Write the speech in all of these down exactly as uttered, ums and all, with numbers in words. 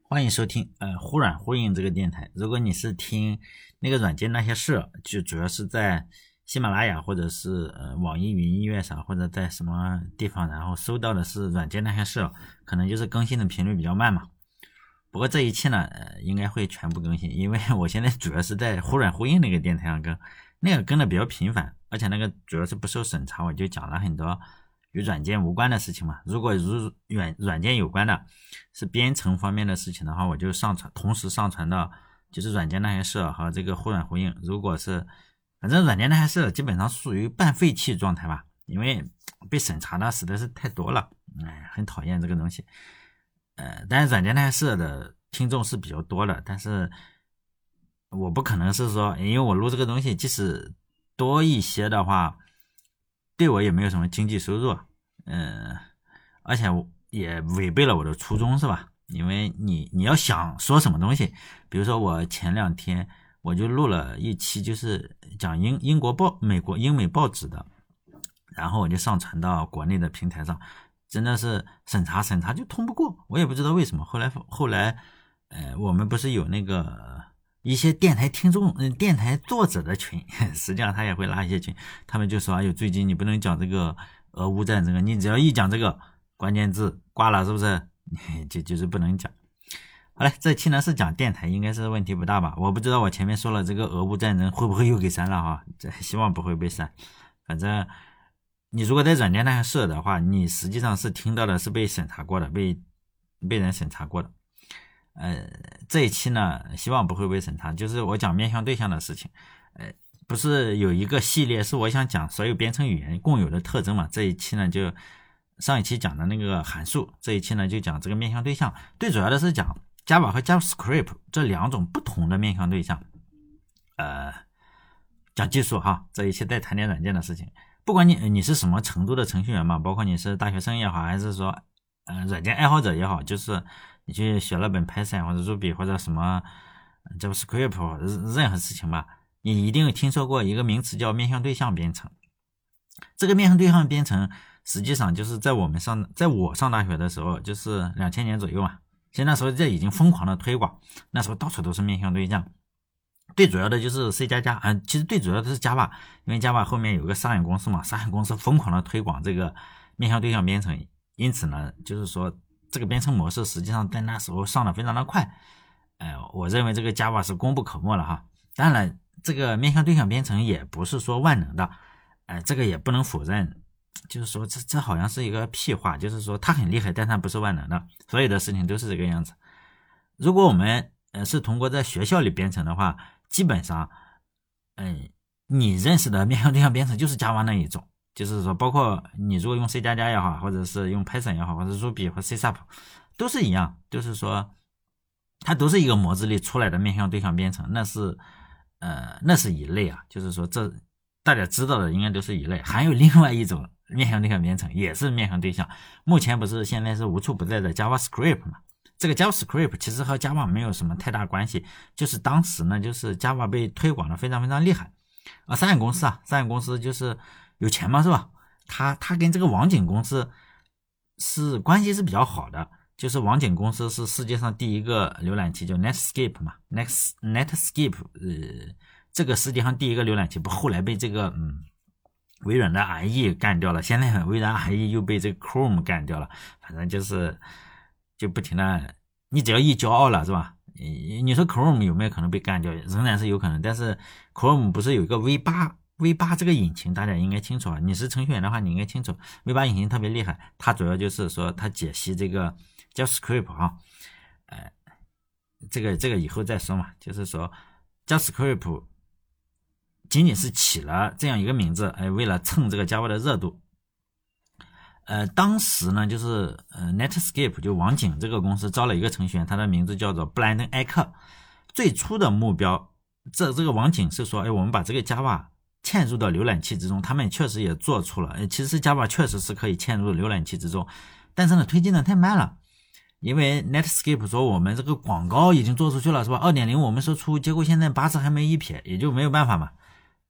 欢迎收听呃忽软忽硬这个电台。如果你是听那个软件那些事，就主要是在喜马拉雅或者是呃网易云音乐上，或者在什么地方，然后搜到的是软件那些事，可能就是更新的频率比较慢嘛。不过这一期呢，呃应该会全部更新，因为我现在主要是在忽软忽硬那个电台上更，那个更的比较频繁，而且那个主要是不受审查，我就讲了很多与软件无关的事情嘛。如果如软软件有关的是编程方面的事情的话，我就上传同时上传到就是软件那些事和这个忽软忽硬。如果是反正软件那些事基本上属于半废弃状态吧，因为被审查的实在是太多了，哎，很讨厌这个东西。呃，但是软件那些事的听众是比较多的，但是我不可能是说，因为我录这个东西即使多一些的话，对我也没有什么经济收入，嗯、呃，而且也违背了我的初衷，是吧？因为你你要想说什么东西，比如说我前两天我就录了一期，就是讲英英国报美国英美报纸的，然后我就上传到国内的平台上，真的是审查审查就通不过，我也不知道为什么。后来后来，呃，我们不是有那个一些电台听众、嗯，电台作者的群，实际上他也会拉一些群，他们就说，哎呦，最近你不能讲这个俄乌战争，你只要一讲这个关键字挂了，是不是？就就是不能讲。好了，这期呢是讲电台，应该是问题不大吧？我不知道我前面说了这个俄乌战争会不会又给删了哈？这希望不会被删。反正你如果在软件那些事的话，你实际上是听到的是被审查过的，被被人审查过的。呃，这一期呢，希望不会被审查，就是我讲面向对象的事情。呃，不是有一个系列是我想讲所有编程语言共有的特征嘛？这一期呢就上一期讲的那个函数，这一期呢就讲这个面向对象，最主要的是讲 Java 和 JavaScript 这两种不同的面向对象。呃，讲技术哈，这一期再谈点软件的事情。不管你你是什么程度的程序员嘛，包括你是大学生也好，还是说呃软件爱好者也好，就是你去学了本 Python 或者 Ruby 或者什么 JavaScript 任何事情吧，你一定有听说过一个名词叫面向对象编程。这个面向对象编程实际上就是在我们上在我上大学的时候，就是两千年左右嘛，其实那时候这已经疯狂的推广，那时候到处都是面向对象。最主要的就是 C 加加，嗯，其实最主要的是 Java， 因为 Java 后面有个商业公司嘛，商业公司疯狂的推广这个面向对象编程，因此呢，就是说这个编程模式实际上在那时候上的非常的快。呃，我认为这个 Java 是功不可没了哈。当然，这个面向对象编程也不是说万能的，呃，这个也不能否认，就是说这这好像是一个屁话，就是说它很厉害，但它不是万能的，所有的事情都是这个样子。如果我们呃是通过在学校里编程的话，基本上，嗯、呃，你认识的面向对象编程就是 Java 那一种，就是说，包括你如果用 C 加加也好，或者是用 Python 也好，或者 Ruby 或 C Sharp 都是一样，就是说，它都是一个模子里出来的面向对象编程，那是，呃，那是一类啊，就是说这大家知道的应该都是一类，还有另外一种面向对象编程也是面向对象，目前不是现在是无处不在的 JavaScript 嘛？这个 JavaScript 其实和 Java 没有什么太大关系，就是当时呢，就是 Java 被推广的非常非常厉害啊。商业公司啊，商业公司就是有钱嘛，是吧？他他跟这个网景公司是关系是比较好的，就是网景公司是世界上第一个浏览器，叫 Netscape 嘛 ，Net Netscape， 呃，这个世界上第一个浏览器不后来被这个嗯微软的 I E 干掉了，现在微软 I E 又被这个 Chrome 干掉了，反正就是。就不停的，你只要一骄傲了是吧？你说 Chrome 有没有可能被干掉？仍然是有可能，但是 Chrome 不是有一个 V 八 V 八 这个引擎，大家应该清楚啊。你是程序员的话，你应该清楚 V 八 引擎特别厉害，它主要就是说它解析这个 JavaScript 啊，呃，这个这个以后再说嘛。就是说 JavaScript 仅仅是起了这样一个名字，哎，为了蹭这个 Java 的热度。呃，当时呢，就是呃 Netscape 就网景这个公司招了一个程序员，他的名字叫做布兰登·艾克。最初的目标，这这个网景是说，哎，我们把这个 Java 嵌入到浏览器之中，他们确实也做出了，哎，其实 Java 确实是可以嵌入浏览器之中，但是呢，推进的太慢了，因为 Netscape 说我们这个广告已经做出去了，是吧 ？二点零 我们说出，结果现在八字还没一撇，也就没有办法嘛。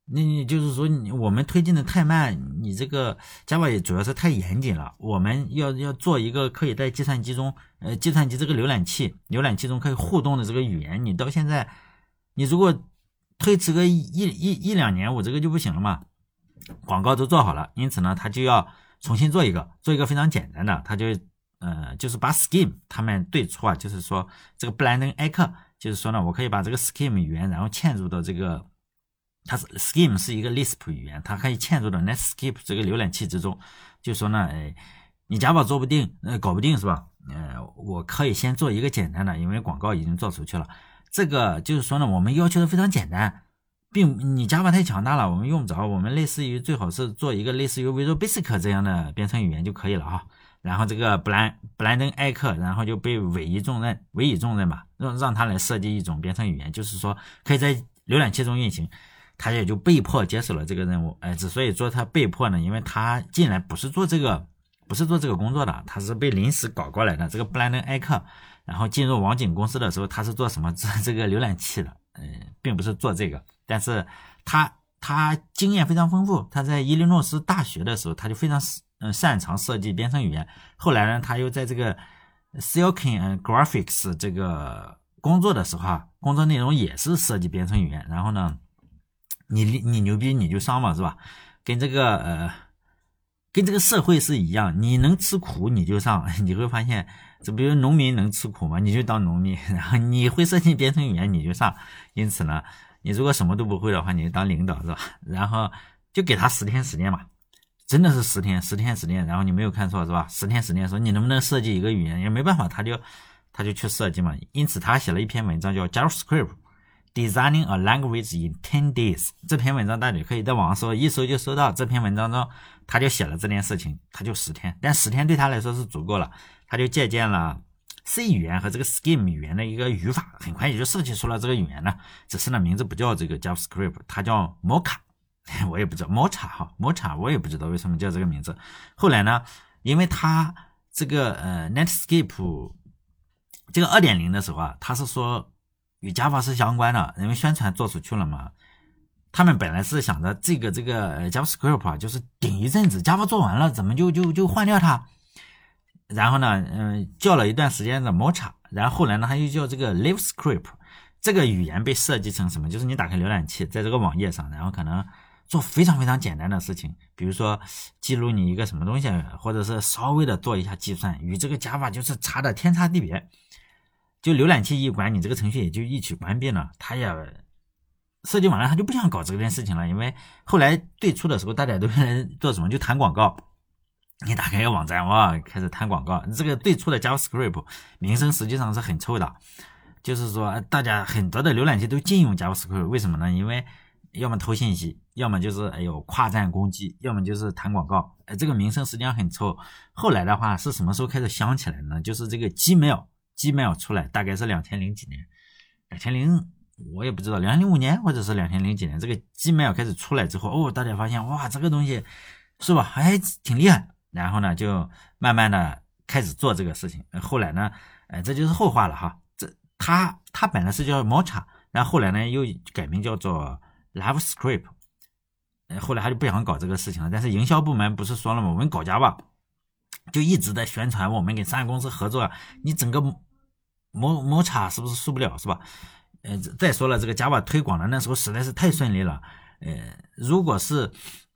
那你就是说你我们推进的太慢，你这个 Java 也主要是太严谨了。我们要要做一个可以在计算机中，呃，计算机这个浏览器，浏览器中可以互动的这个语言，你到现在，你如果推迟个一一一两年，我这个就不行了嘛。广告都做好了，因此呢，他就要重新做一个，做一个非常简单的，他就呃，就是把 Scheme 他们最初啊，就是说这个布兰登艾克，就是说呢，我可以把这个 Scheme 语言，然后嵌入到这个。它是 Scheme 是一个 Lisp 语言，它可以嵌入到 Netscape 这个浏览器之中。就说呢，哎，你 Java 做不定，呃，搞不定是吧？呃，我可以先做一个简单的，因为广告已经做出去了。这个就是说呢，我们要求的非常简单，并你 Java 太强大了，我们用不着。我们类似于最好是做一个类似于 Visual Basic 这样的编程语言就可以了哈。然后这个布兰布兰登艾克，然后就被委以重任，委以重任吧，让让他来设计一种编程语言，就是说可以在浏览器中运行。他也就被迫接手了这个任务。哎，之所以说他被迫呢，因为他进来不是做这个，不是做这个工作的，他是被临时搞过来的。这个布兰登艾克，然后进入网景公司的时候，他是做什么？做这个浏览器的，嗯、呃，并不是做这个。但是他他经验非常丰富，他在伊利诺斯大学的时候，他就非常嗯擅长设计编程语言。后来呢，他又在这个 Silicon Graphics 这个工作的时候啊，工作内容也是设计编程语言。然后呢？你你牛逼你就上嘛，是吧？跟这个呃，跟这个社会是一样，你能吃苦你就上，你会发现，这比如农民能吃苦嘛，你就当农民，然后你会设计编程语言你就上。因此呢，你如果什么都不会的话，你就当领导是吧？然后就给他十天时间嘛，真的是十天，十天十天，然后你没有看错是吧？十天十天说你能不能设计一个语言，也没办法，他就他就去设计嘛。因此他写了一篇文章叫 JavaScript。Designing a language in ten days 这篇文章大家可以在网上搜，一搜就搜到。这篇文章中他就写了这件事情，他就十天，但十天对他来说是足够了。他就借鉴了 C 语言和这个 Scheme 语言的一个语法，很快也就设计出了这个语言呢。只是呢名字不叫这个 JavaScript， 它叫 Mocha， 我也不知道 Mocha 哈 Mocha 我也不知道为什么叫这个名字。后来呢，因为他这个呃 Netscape 这个 二点零 的时候啊，他是说与 Java 是相关的，因为宣传做出去了嘛。他们本来是想着这个这个 JavaScript 啊，就是顶一阵子 Java 做完了，怎么就就就换掉它？然后呢，嗯，叫了一段时间的 Mocha， 然后后来呢，他又叫这个 LiveScript。这个语言被设计成什么？就是你打开浏览器，在这个网页上，然后可能做非常非常简单的事情，比如说记录你一个什么东西，或者是稍微的做一下计算，与这个 Java 就是差的天差地别。就浏览器一关，你这个程序也就一起关闭了。他也设计完了，他就不想搞这件事情了，因为后来最初的时候，大家都做什么？就弹广告。你打开一个网站，哇，开始弹广告。这个最初的 JavaScript 名声实际上是很臭的，就是说大家很多的浏览器都禁用 JavaScript， 为什么呢？因为要么偷信息，要么就是哎呦跨站攻击，要么就是弹广告。哎，这个名声实际上很臭。后来的话是什么时候开始香起来呢？就是这个 Gmail。Gmail 出来大概是两千零几年，两千零我也不知道，两千零五年或者是两千零几年，这个 Gmail 开始出来之后，哦，大家发现哇，这个东西是吧，还挺厉害。然后呢，就慢慢的开始做这个事情。后来呢，呃，这就是后话了哈。这它它本来是叫 Mocha， 然后后来呢又改名叫做 LiveScript。呃，后来他就不想搞这个事情了。但是营销部门不是说了吗？我们搞 Java。就一直在宣传我们跟商业公司合作，你整个摩摩擦是不是受不了是吧？呃，再说了，这个 Java 推广的那时候实在是太顺利了。呃，如果是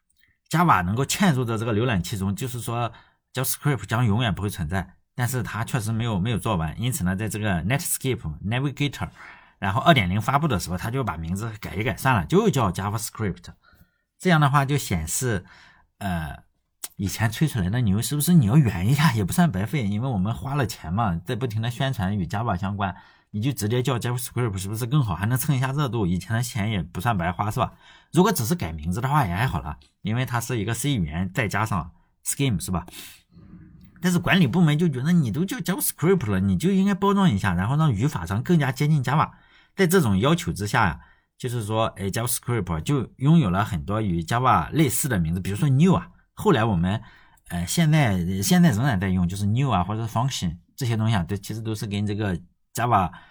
Java 能够嵌入到这个浏览器中，就是说 JavaScript 将永远不会存在。但是它确实没有没有做完，因此呢，在这个 Netscape Navigator， 然后 二点零 发布的时候，他就把名字改一改，算了，就叫 JavaScript。这样的话就显示，呃。以前吹出来的牛是不是你要圆一下也不算白费，因为我们花了钱嘛，在不停的宣传与 Java 相关，你就直接叫 JavaScript 是不是更好，还能蹭一下热度，以前的钱也不算白花是吧？如果只是改名字的话也还好了，因为它是一个 C 语言再加上 Scheme 是吧？但是管理部门就觉得你都叫 JavaScript 了，你就应该包装一下，然后让语法上更加接近 Java。在这种要求之下呀，就是说哎 JavaScript 就拥有了很多与 Java 类似的名字，比如说 New 啊。后来我们呃现在现在仍然在用，就是 new 啊或者是 function 这些东西啊，对，其实都是跟这个 Java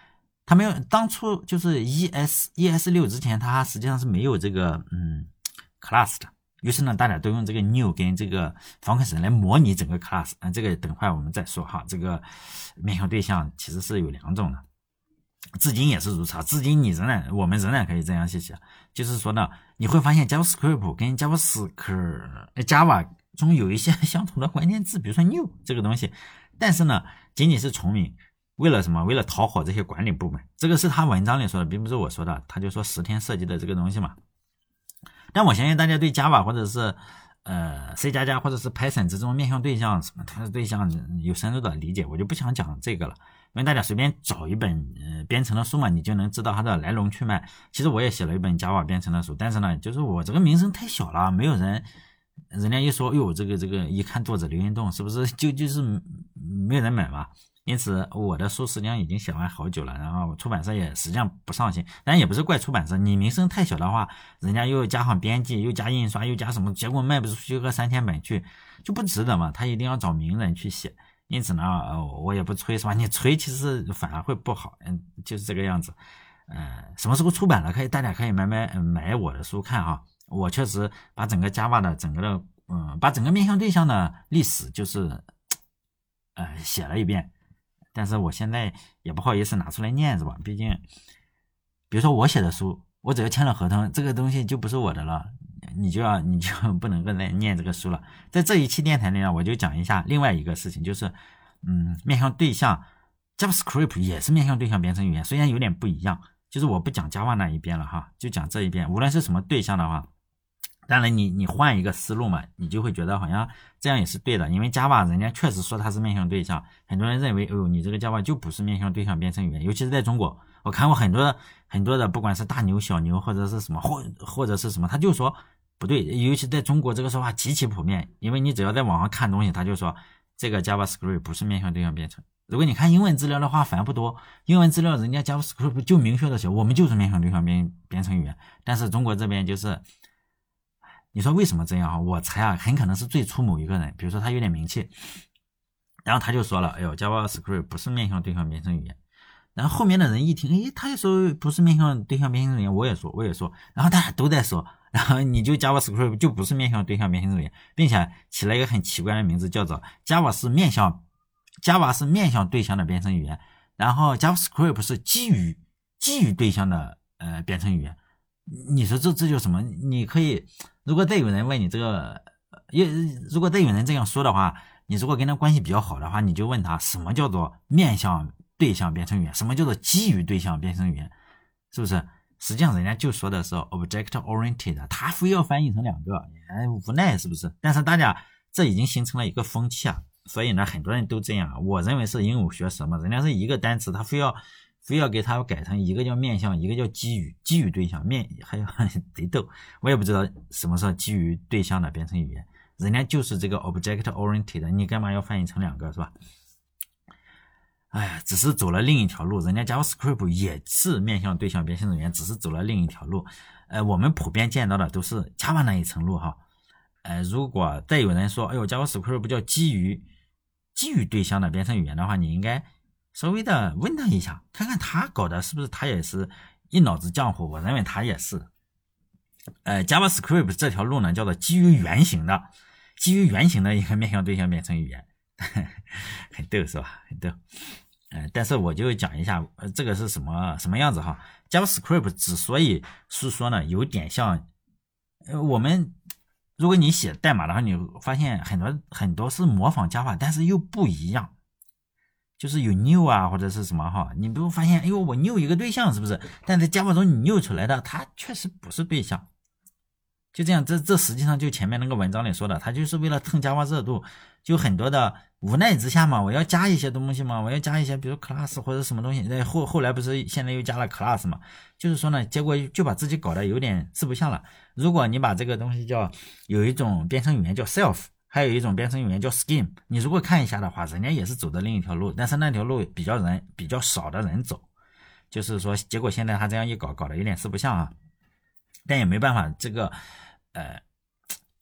他没有当初就是 E S E S 六之前，它实际上是没有这个嗯 class 的。于是呢，大家都用这个 new 跟这个 function 来模拟整个 class。嗯，这个等会我们再说哈。这个面向对象其实是有两种的，至今也是如此。至今你仍然，我们仍然可以这样去写，就是说呢，你会发现 JavaScript 跟 JavaScript Java 中有一些相同的关键字，比如说 new 这个东西，但是呢，仅仅是重名。为了什么？为了讨好这些管理部门，这个是他文章里说的，并不是我说的。他就说十天设计的这个东西嘛。但我相信大家对 Java 或者是呃 C 加加或者是 Python 这种面向对象什么它的对象有深入的理解，我就不想讲这个了。因为大家随便找一本呃编程的书嘛，你就能知道它的来龙去脉。其实我也写了一本 Java 编程的书，但是呢，就是我这个名声太小了，没有人。人家一说，哟，这个这个一看作者刘云栋，是不是就就是没有人买嘛？因此我的书实际上已经写完好久了，然后出版社也实际上不上心，但也不是怪出版社，你名声太小的话，人家又加上编辑又加印刷又加什么，结果卖不出去个三千本去，就不值得嘛。他一定要找名人去写，因此呢，呃、我也不吹是吧？你吹其实反而会不好，嗯，就是这个样子。呃，什么时候出版了，可以大家可以买买买我的书看哈。我确实把整个 Java 的整个的嗯，把整个面向对象的历史就是呃写了一遍。但是我现在也不好意思拿出来念是吧？毕竟比如说我写的书，我只要签了合同，这个东西就不是我的了，你就要你就不能够来念这个书了。在这一期电台里呢，我就讲一下另外一个事情，就是嗯，面向对象 JavaScript 也是面向对象编程语言，虽然有点不一样，就是我不讲 Java 那一边了哈，就讲这一边。无论是什么对象的话，当然你你换一个思路嘛，你就会觉得好像这样也是对的，因为 Java 人家确实说它是面向对象，很多人认为哦，你这个 Java 就不是面向对象编程语言，尤其是在中国，我看过很多很多的，不管是大牛小牛或者是什么或或者是什么，他就说不对，尤其在中国这个说法极其普遍，因为你只要在网上看东西，他就说这个 JavaScript 不是面向对象编程。如果你看英文资料的话，反而不多，英文资料人家 JavaScript 就明确的写我们就是面向对象编编程语言，但是中国这边就是你说为什么这样？我猜啊，很可能是最初某一个人，比如说他有点名气，然后他就说了，哎呦 JavaScript 不是面向对象编程语言。然后后面的人一听，哎，他也说不是面向对象编程语言，我也说，我也说，然后大家都在说，然后你就 JavaScript 就不是面向对象编程语言，并且起了一个很奇怪的名字，叫做 Java 是面向 Java 是面向对象的编程语言，然后 JavaScript 是基于基于对象的呃编程语言。你说这这就什么？你可以，如果再有人问你这个，如果再有人这样说的话，你如果跟他关系比较好的话，你就问他什么叫做面向对象编程语言，什么叫做基于对象编程语言，是不是？实际上人家就说的是 object oriented， 他非要翻译成两个，哎，无奈是不是？但是大家这已经形成了一个风气啊，所以呢，很多人都这样。我认为是鹦鹉学舌嘛，人家是一个单词，他非要。非要给它改成一个叫面向，一个叫基于，基于对象面还有贼逗，我也不知道什么是基于对象的编程语言，人家就是这个 object oriented， 你干嘛要翻译成两个是吧？哎呀，只是走了另一条路，人家 JavaScript 也是面向对象编程语言，只是走了另一条路。呃，我们普遍见到的都是 Java 那一层路哈。呃，如果再有人说，哎呦 JavaScript 不叫基于基于对象的编程语言的话，你应该稍微的问他一下，看看他搞的是不是他也是一脑子浆糊。我认为他也是。呃 JavaScript 这条路呢叫做基于原型的，基于原型的一个面向对象编程语言，很逗是吧？很逗。呃，但是我就讲一下，呃，这个是什么什么样子哈 ？JavaScript 之所以是说呢，有点像，呃，我们如果你写代码的话，你发现很多很多是模仿 Java， 但是又不一样。就是有 new 啊或者是什么哈，你不发现哎呦我 new 一个对象是不是？但在 Java 中你 new 出来的它确实不是对象，就这样，这这实际上就前面那个文章里说的，它就是为了蹭 Java 热度，就很多的无奈之下嘛，我要加一些东西嘛，我要加一些比如 class 或者什么东西，后后来不是现在又加了 class 嘛，就是说呢，结果就把自己搞得有点四不像了。如果你把这个东西叫有一种编程语言叫 self。还有一种编程语言叫 scheme， 你如果看一下的话，人家也是走的另一条路，但是那条路比较人比较少的人走，就是说结果现在他这样一搞，搞得有点四不像啊。但也没办法，这个呃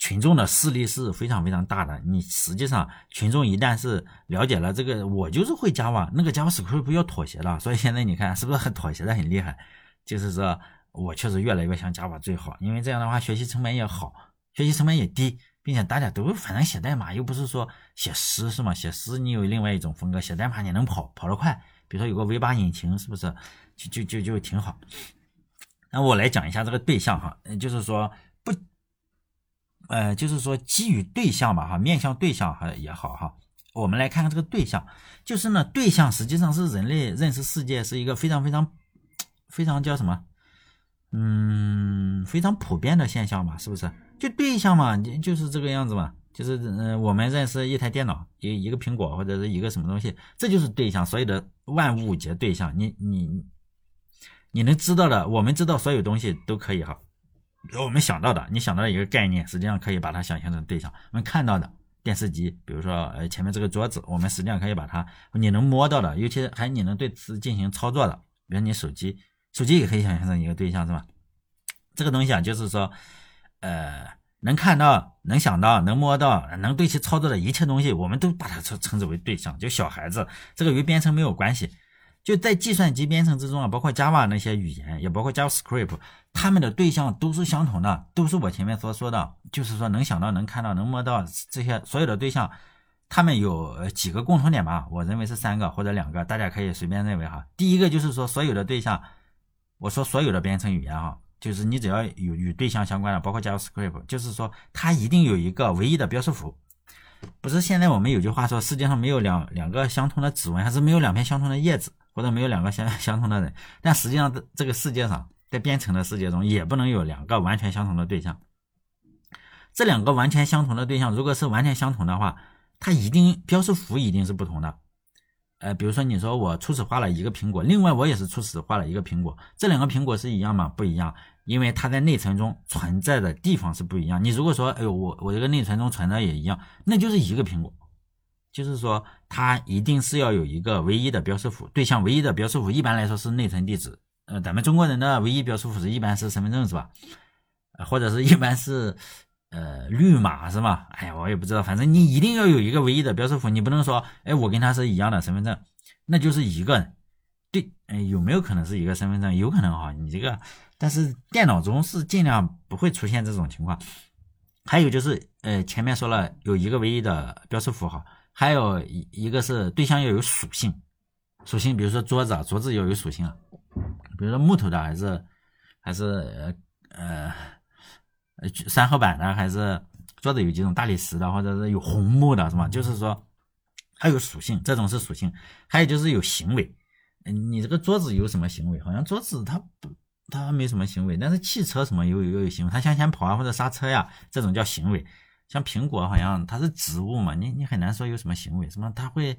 群众的势力是非常非常大的。你实际上群众一旦是了解了这个，我就是会 Java， 那个 JavaScript 要妥协了，所以现在你看是不是很妥协的很厉害？就是说我确实越来越像 Java 最好，因为这样的话学习成本也好，学习成本也低，并且大家都反正写代码又不是说写诗是吗？写诗你有另外一种风格，写代码你能跑跑得快，比如说有个 V 八 引擎是不是就就就就挺好。那我来讲一下这个对象哈，就是说不呃就是说基于对象吧哈，面向对象哈也好哈，我们来看看这个对象，就是呢对象实际上是人类认识世界是一个非常非常非常叫什么嗯非常普遍的现象吧，是不是？就对象嘛，就是这个样子嘛，就是呃我们认识一台电脑，一一个苹果或者是一个什么东西，这就是对象，所有的万物皆对象。你你你能知道的，我们知道所有东西都可以哈。我们想到的，你想到的一个概念，实际上可以把它想象成对象。我们看到的电视机，比如说呃前面这个桌子，我们实际上可以把它，你能摸到的，尤其还你能对此进行操作的，比如你手机，手机也可以想象成一个对象，是吧？这个东西啊，就是说呃能看到、能想到、能摸到、能对其操作的一切东西，我们都把它称之为对象。就小孩子，这个与编程没有关系。就在计算机编程之中啊，包括 Java 那些语言，也包括 JavaScript， 他们的对象都是相同的，都是我前面所说的，就是说能想到、能看到、能摸到这些所有的对象，他们有几个共同点吧？我认为是三个或者两个，大家可以随便认为哈。第一个就是说，所有的对象，我说所有的编程语言哈，就是你只要有与对象相关的，包括 JavaScript， 就是说它一定有一个唯一的标识符。不是现在我们有句话说，世界上没有两两个相同的指纹，还是没有两片相同的叶子，或者没有两个相相同的人。但实际上这个世界上，在编程的世界中，也不能有两个完全相同的对象。这两个完全相同的对象，如果是完全相同的话，它一定标识符一定是不同的。呃，比如说你说我初始画了一个苹果，另外我也是初始画了一个苹果，这两个苹果是一样吗？不一样，因为它在内存中存在的地方是不一样。你如果说，哎呦，我我这个内存中存的也一样，那就是一个苹果。就是说，它一定是要有一个唯一的标识符，对象唯一的标识符一般来说是内存地址。呃，咱们中国人的唯一标识符是一般是身份证是吧？呃、或者是一般是呃绿码是吧？哎呀，我也不知道，反正你一定要有一个唯一的标识符，你不能说，哎，我跟他是一样的身份证，那就是一个人。对，哎，有没有可能是一个身份证？有可能哈，你这个，但是电脑中是尽量不会出现这种情况。还有就是，呃，前面说了有一个唯一的标识符号，还有一一个是对象要有属性，属性，比如说桌子啊，桌子要有属性啊，比如说木头的还是还是呃呃三合板的，还是桌子有几种大理石的，或者是有红木的，是吧？就是说还有属性，这种是属性。还有就是有行为，你这个桌子有什么行为？好像桌子它不。它没什么行为，但是汽车什么有有有行为，它向前跑啊或者刹车呀，这种叫行为。像苹果好像它是植物嘛，你你很难说有什么行为，什么它会，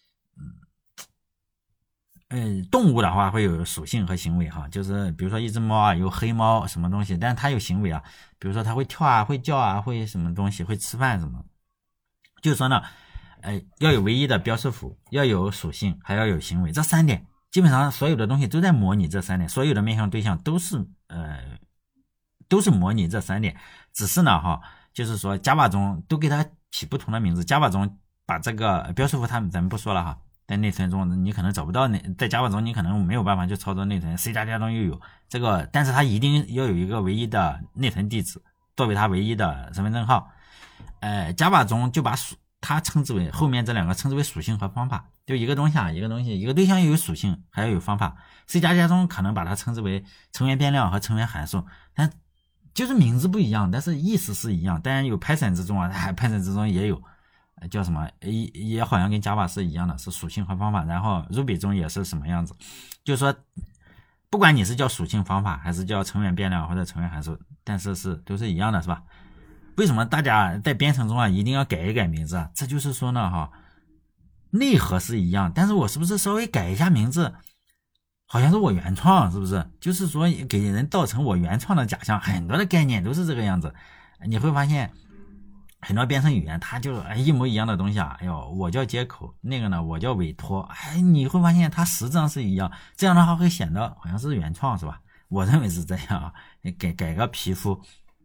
嗯，呃，动物的话会有属性和行为哈，就是比如说一只猫啊，有黑猫什么东西，但是它有行为啊，比如说它会跳啊，会叫啊，会什么东西，会吃饭什么。就是说呢，呃，要有唯一的标识符，要有属性，还要有行为，这三点。基本上所有的东西都在模拟这三点，所有的面向对象都是呃都是模拟这三点，只是呢哈，就是说 Java 中都给它起不同的名字。Java 中把这个标识符它咱们不说了哈，在内存中你可能找不到，在 Java 中你可能没有办法去操作内存 ，C 加加中又有这个，但是它一定要有一个唯一的内存地址作为它唯一的身份证号。呃 Java 中就把属它称之为后面这两个称之为属性和方法，就一个东西啊，一个东西，一个对象又有属性，还要有方法。C 加加中可能把它称之为成员变量和成员函数，但就是名字不一样，但是意思是一样。当然有 Python 之中啊 ，Python 之中也有，叫什么也也好像跟 Java 是一样的，是属性和方法。然后 Ruby 中也是什么样子，就是说不管你是叫属性方法还是叫成员变量或者成员函数，但是是都是一样的，是吧？为什么大家在编程中啊一定要改一改名字啊？这就是说呢哈，内核是一样，但是我是不是稍微改一下名字，好像是我原创，是不是？就是说给人造成我原创的假象，很多的概念都是这个样子。你会发现很多编程语言它就一模一样的东西啊，哎呦，我叫接口，那个呢我叫委托，哎，你会发现它实质上是一样，这样的话会显得好像是原创，是吧？我认为是这样啊，改改个皮肤。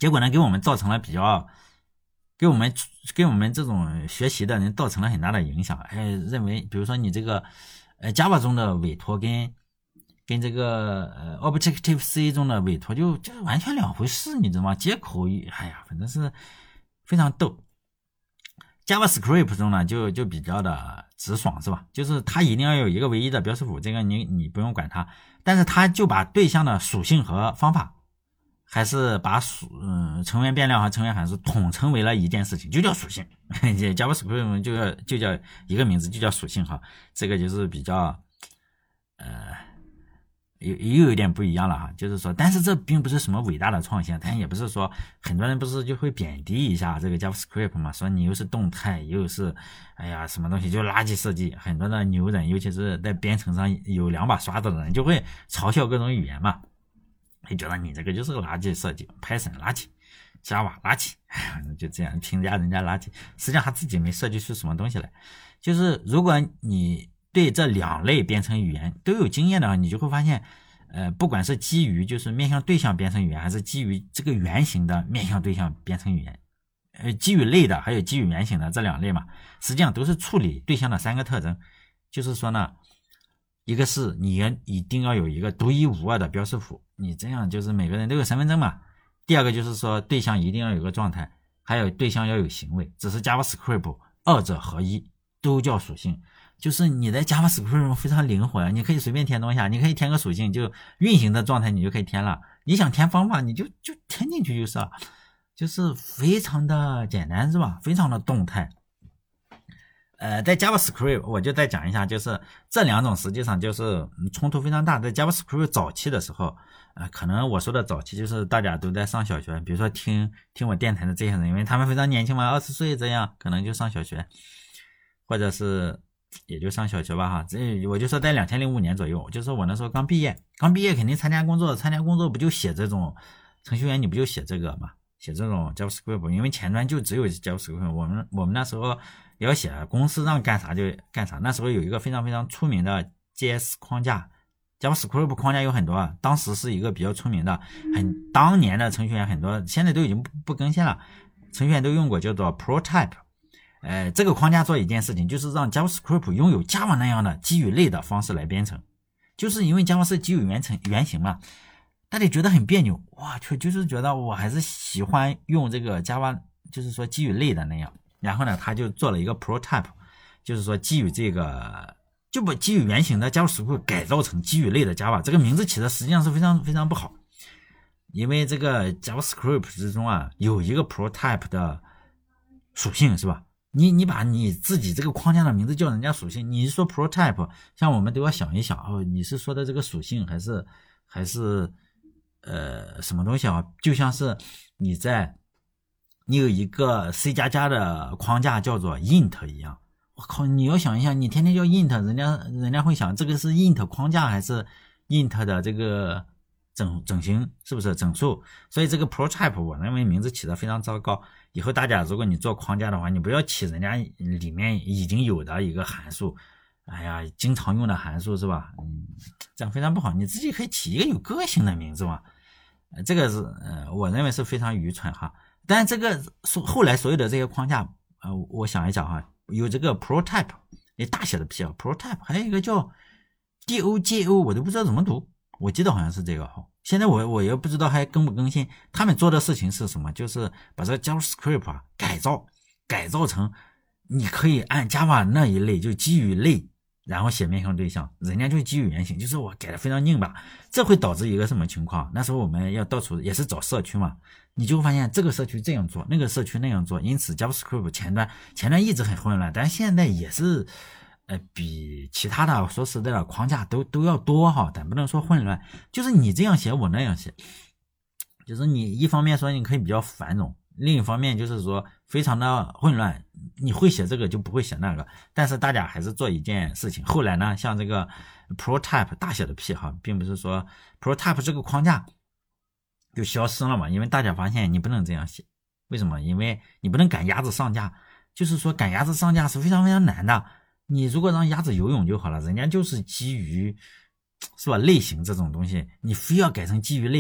结果呢给我们造成了比较给我们给我们这种学习的人造成了很大的影响。哎，认为比如说你这个呃 Java 中的委托跟跟这个呃 Objective C 中的委托就就是完全两回事，你知道吗？接口哎呀反正是非常逗。JavaScript 中呢就就比较的直爽，是吧？就是它一定要有一个唯一的标识符，这个你你不用管它，但是它就把对象的属性和方法还是把属嗯成员变量和成员函数统称为了一件事情，就叫属性。JavaScript 就叫就叫一个名字，就叫属性哈。这个就是比较呃又又有点不一样了哈。就是说，但是这并不是什么伟大的创新，但也不是说很多人不是就会贬低一下这个 JavaScript 嘛，说你又是动态又是哎呀什么东西就垃圾设计。很多的牛人，尤其是在编程上有两把刷子的人，就会嘲笑各种语言嘛。就觉得你这个就是个垃圾设计 ，Python 垃圾 ，Java 垃圾，就这样评价人家垃圾。实际上他自己没设计出什么东西来。就是如果你对这两类编程语言都有经验的话，你就会发现，呃，不管是基于就是面向对象编程语言，还是基于这个原型的面向对象编程语言，呃，基于类的还有基于原型的这两类嘛，实际上都是处理对象的三个特征。就是说呢，一个是你一定要有一个独一无二的标识符，你这样就是每个人都有身份证嘛。第二个就是说对象一定要有个状态，还有对象要有行为，只是 JavaScript 二者合一，都叫属性。就是你在 JavaScript 非常灵活，你可以随便填东西，你可以填个属性，就运行的状态你就可以填了，你想填方法你就就填进去就是了，就是非常的简单，是吧？非常的动态。呃，在 JavaScript 我就再讲一下，就是这两种实际上就是冲突非常大。在 JavaScript 早期的时候，呃，可能我说的早期就是大家都在上小学，比如说听听我电台的这些人，因为他们非常年轻嘛，二十岁这样，可能就上小学，或者是也就上小学吧哈。这我就说在两千零五年左右，就是我那时候刚毕业，刚毕业肯定参加工作，参加工作不就写这种程序员，你不就写这个嘛？写这种 JavaScript， 因为前端就只有 JavaScript， 我们我们那时候要写公司让干啥就干啥。那时候有一个非常非常出名的 J S 框架， JavaScript 框架有很多，当时是一个比较出名的，很当年的程序员很多，现在都已经不不更新了，程序员都用过，叫做 Prototype。呃，这个框架做一件事情，就是让 JavaScript 拥有 Java 那样的基于类的方式来编程，就是因为 Java 是基于原程原型嘛。大家觉得很别扭，哇去，就是觉得我还是喜欢用这个 Java， 就是说基于类的那样。然后呢，他就做了一个 Prototype， 就是说基于这个就把基于原型的 JavaScript 改造成基于类的 Java。这个名字起的实际上是非常非常不好，因为这个 JavaScript 之中啊有一个 Prototype 的属性，是吧？你你把你自己这个框架的名字叫人家属性，你说 Prototype， 像我们都要想一想哦，你是说的这个属性还是还是呃，什么东西啊？就像是你在你有一个 C 加加的框架叫做 int 一样，我靠，你要想一下，你天天叫 int， 人家人家会想这个是 int 框架还是 int 的这个整整形，是不是整数？所以这个 Prototype 我认为名字起得非常糟糕。以后大家如果你做框架的话，你不要起人家里面已经有的一个函数。哎呀，经常用的函数是吧？嗯，这样非常不好。你自己可以起一个有个性的名字嘛。呃，这个是呃，我认为是非常愚蠢哈。但是这个后来所有的这些框架，呃，我想一想哈，有这个 Prototype， 也大写的 P 啊 ，Prototype， 还有一个叫 D O J O， 我都不知道怎么读，我记得好像是这个哈。现在我我也不知道还更不更新。他们做的事情是什么？就是把这个 JavaScript 啊改造，改造成你可以按 Java 那一类，就基于类。然后写面向对象，人家就基于原型，就是我改的非常拧巴，这会导致一个什么情况？那时候我们要到处也是找社区嘛，你就会发现这个社区这样做，那个社区那样做，因此 JavaScript 前端前端一直很混乱，但现在也是呃比其他的说实在的框架都都要多哈，但不能说混乱，就是你这样写我那样写，就是你一方面说你可以比较繁荣，另一方面就是说非常的混乱，你会写这个就不会写那个，但是大家还是做一件事情。后来呢，像这个 Prototype 大写的 P 哈，并不是说 Prototype 这个框架就消失了嘛，因为大家发现你不能这样写。为什么？因为你不能赶鸭子上架，就是说赶鸭子上架是非常非常难的。你如果让鸭子游泳就好了，人家就是基于是吧类型这种东西，你非要改成基于类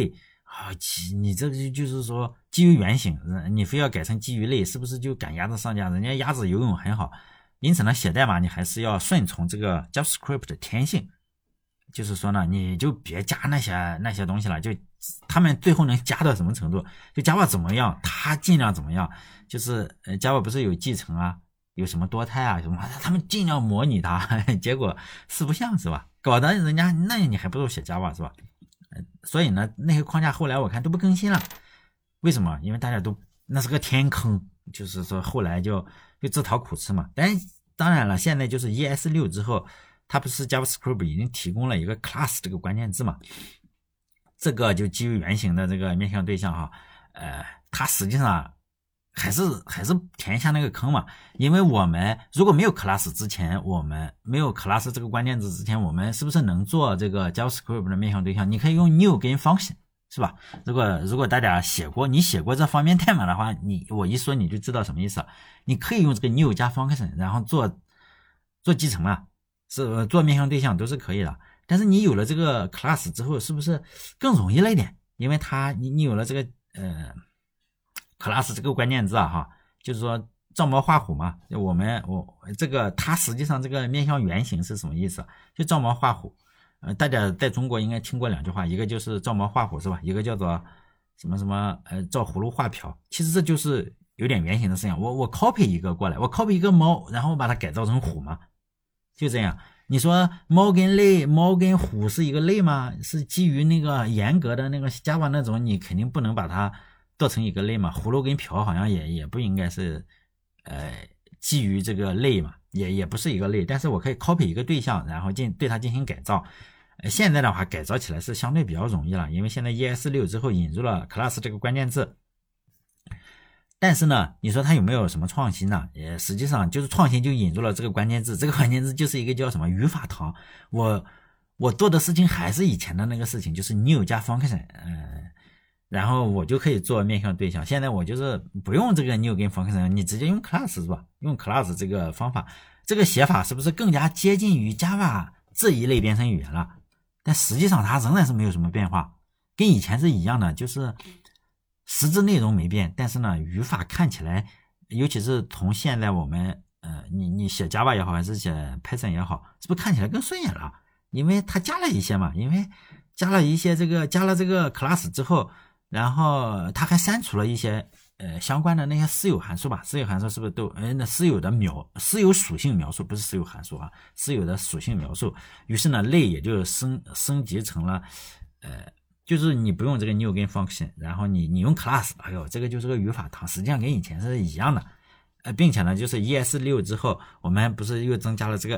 啊，你这个就是说基于原型，你非要改成基于类，是不是就赶鸭子上架？人家鸭子游泳很好，因此呢，写代码你还是要顺从这个 JavaScript 的天性，就是说呢，你就别加那些那些东西了，就他们最后能加到什么程度？就 Java 怎么样，他尽量怎么样，就是呃 Java 不是有继承啊，有什么多态啊什么，他们尽量模拟它，结果四不像是吧？搞得人家那你还不如写 Java 是吧？所以呢，那些框架后来我看都不更新了，为什么？因为大家都那是个天坑，就是说后来就就自讨苦吃嘛。但当然了，现在就是 E S 六 之后，它不是 JavaScript 已经提供了一个 class 这个关键字嘛？这个就基于原型的这个面向对象哈，呃，它实际上还是还是填一下那个坑嘛，因为我们如果没有 class 之前，我们没有 class 这个关键字之前，我们是不是能做这个 JavaScript 的面向对象？你可以用 new 跟 function 是吧？如果如果大家写过，你写过这方面代码的话，你我一说你就知道什么意思了。你可以用这个 new 加 function， 然后做做继承啊，是做面向对象都是可以的。但是你有了这个 class 之后，是不是更容易了一点？因为它你你有了这个呃。class 这个关键字啊哈，就是说照猫画虎嘛。我们我这个它实际上这个面向原型是什么意思？就照猫画虎。呃，大家在中国应该听过两句话，一个就是照猫画虎是吧？一个叫做什么什么呃照葫芦画瓢。其实这就是有点原型的事情。我我 copy 一个过来，我 copy 一个猫，然后把它改造成虎嘛，就这样。你说猫跟类，猫跟虎是一个类吗？是基于那个严格的那个 Java 那种，你肯定不能把它做成一个类嘛。葫芦跟瓢好像也也不应该是呃基于这个类嘛，也也不是一个类。但是我可以 copy 一个对象，然后进对它进行改造。呃，现在的话改造起来是相对比较容易了，因为现在 E S 六 之后引入了 class 这个关键字。但是呢，你说它有没有什么创新呢？也实际上就是创新就引入了这个关键字，这个关键字就是一个叫什么语法堂。我我做的事情还是以前的那个事情，就是 new 加 function， 呃，然后我就可以做面向对象。现在我就是不用这个 new 跟 function， 你直接用 class 是吧？用 class 这个方法，这个写法是不是更加接近于 Java 这一类编程语言了？但实际上它仍然是没有什么变化，跟以前是一样的，就是实质内容没变，但是呢，语法看起来，尤其是从现在我们呃，你你写 Java 也好，还是写 Python 也好，是不是看起来更顺眼了？因为它加了一些嘛，因为加了一些这个加了这个 class 之后，然后它还删除了一些呃相关的那些私有函数吧？私有函数是不是都呃那私有的描私有属性描述，不是私有函数啊，私有的属性描述。于是呢，类也就升升级成了呃。就是你不用这个 new 跟 function， 然后你你用 class， 哎呦，这个就是个语法堂，实际上跟以前是一样的，呃，并且呢，就是 E S 六 之后，我们不是又增加了这个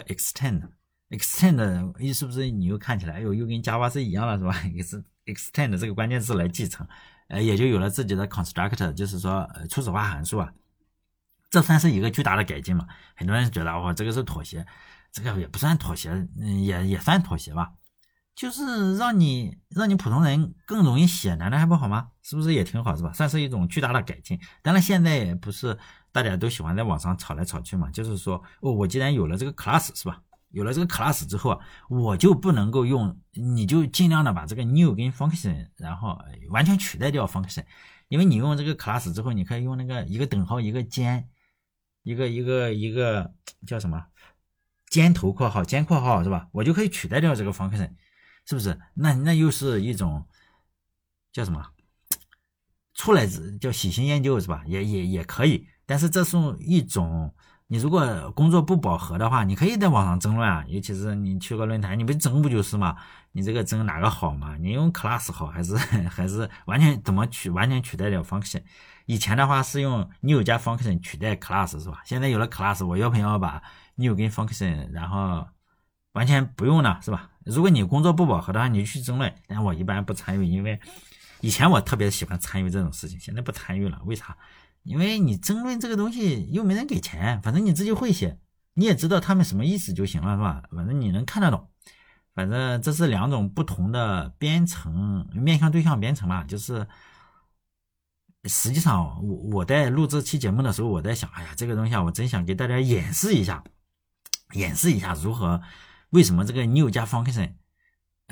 extend，extend 是不是你又看起来，哎呦，又跟 Java 是一样的，是吧？也是 extend 这个关键字来继承，呃，也就有了自己的 constructor， 就是说呃初始化函数啊，这算是一个巨大的改进嘛？很多人觉得哇、哦，这个是妥协，这个也不算妥协，嗯，也也算妥协吧。就是让你让你普通人更容易写，难道还不好吗？是不是也挺好，是吧？算是一种巨大的改进。当然现在也不是大家都喜欢在网上吵来吵去嘛，就是说哦，我既然有了这个 class 是吧？有了这个 class 之后啊，我就不能够用，你就尽量的把这个 new 跟 function 然后完全取代掉 function， 因为你用这个 class 之后，你可以用那个一个等号一个尖，一个一个一个叫什么尖头括号尖括号是吧？我就可以取代掉这个 function。是不是？那那又是一种叫什么？出来叫喜新厌旧是吧？也也也可以，但是这是一种，你如果工作不饱和的话，你可以在网上争论啊，尤其是你去个论坛，你不争不就是嘛？你这个争哪个好嘛？你用 class 好还是还是完全怎么取完全取代掉 function？ 以前的话是用 new 加 function 取代 class 是吧？现在有了 class， 我要不要把 new 跟 function 然后完全不用了是吧？如果你工作不饱和的话，你就去争论，但我一般不参与，因为以前我特别喜欢参与这种事情，现在不参与了。为啥？因为你争论这个东西又没人给钱，反正你自己会写，你也知道他们什么意思就行了，是吧？反正你能看得懂。反正这是两种不同的编程，面向对象编程嘛，就是实际上我我在录这期节目的时候，我在想，哎呀，这个东西啊，我真想给大家演示一下，演示一下如何。为什么这个 new 加 function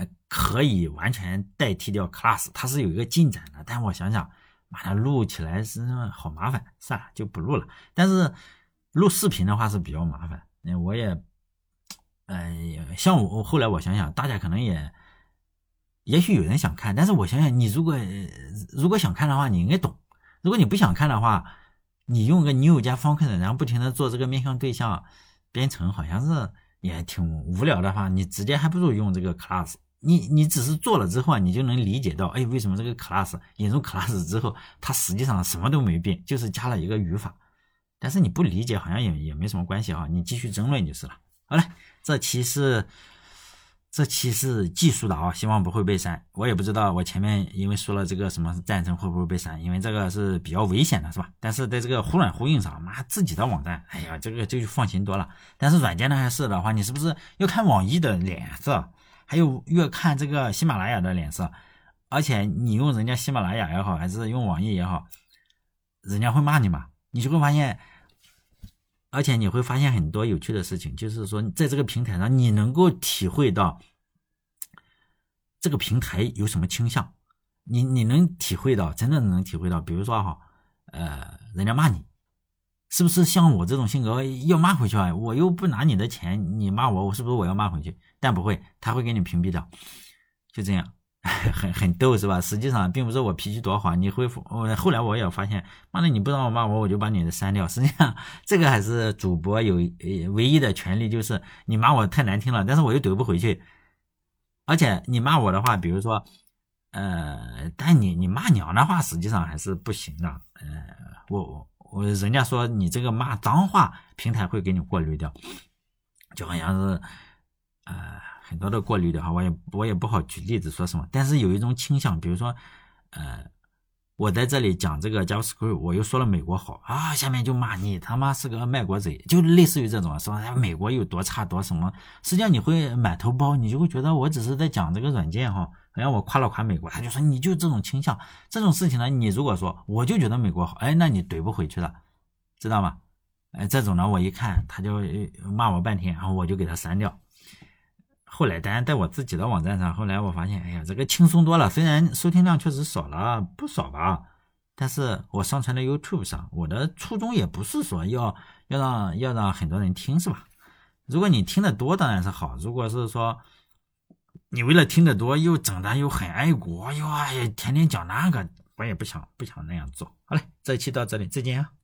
呃可以完全代替掉 class， 它是有一个进展的，但我想想把它录起来是好麻烦，算了就不录了。但是录视频的话是比较麻烦，我也呃像我后来我想想，大家可能也也许有人想看，但是我想想你如果如果想看的话你应该懂，如果你不想看的话，你用个 new 加 function 然后不停的做这个面向对象编程，好像是也挺无聊的话，你直接还不如用这个 class。你你只是做了之后你就能理解到，哎，为什么这个 class 引入 class 之后它实际上什么都没变，就是加了一个语法。但是你不理解好像也也没什么关系啊，你继续争论就是了。好了，这期是这期是技术的啊，希望不会被删。我也不知道我前面因为说了这个什么战争会不会被删，因为这个是比较危险的是吧？但是在这个忽软忽硬上，妈自己的网站，哎呀，这个这就放心多了。但是软件那些事的话，你是不是要看网易的脸色，还有要看这个喜马拉雅的脸色？而且你用人家喜马拉雅也好，还是用网易也好，人家会骂你嘛？你就会发现。而且你会发现很多有趣的事情，就是说在这个平台上你能够体会到这个平台有什么倾向，你你能体会到，真的能体会到，比如说哈，呃，人家骂你，是不是像我这种性格要骂回去啊？我又不拿你的钱，你骂我，我是不是我要骂回去？但不会，他会给你屏蔽掉，就这样。很很逗是吧？实际上并不是我脾气多好，你回复我，后来我也发现，妈的你不让我骂我，我就把你的删掉。实际上这个还是主播有唯一的权利，就是你骂我太难听了，但是我又怼不回去。而且你骂我的话，比如说，呃，但你你骂娘的话，实际上还是不行的。呃，我我人家说你这个骂脏话，平台会给你过滤掉，就好像是，呃。很多的过滤的哈，我也我也不好举例子说什么，但是有一种倾向，比如说，呃，我在这里讲这个 JavaScript， 我又说了美国好啊，下面就骂你他妈是个卖国贼，就类似于这种说美国有多差多什么，实际上你会满头包，你就会觉得我只是在讲这个软件哈，好像我夸了夸美国，他就说你就这种倾向，这种事情呢，你如果说我就觉得美国好，哎，那你怼不回去了，知道吗？哎，这种呢，我一看他就骂我半天，然后我就给他删掉。后来当然在我自己的网站上，后来我发现，哎呀，这个轻松多了。虽然收听量确实少了不少吧，但是我上传到 YouTube 上，我的初衷也不是说要要让要让很多人听，是吧？如果你听得多当然是好，如果是说你为了听得多又整的又很爱国，又哎天天讲那个，我也不想不想那样做。好嘞，这一期到这里，再见啊。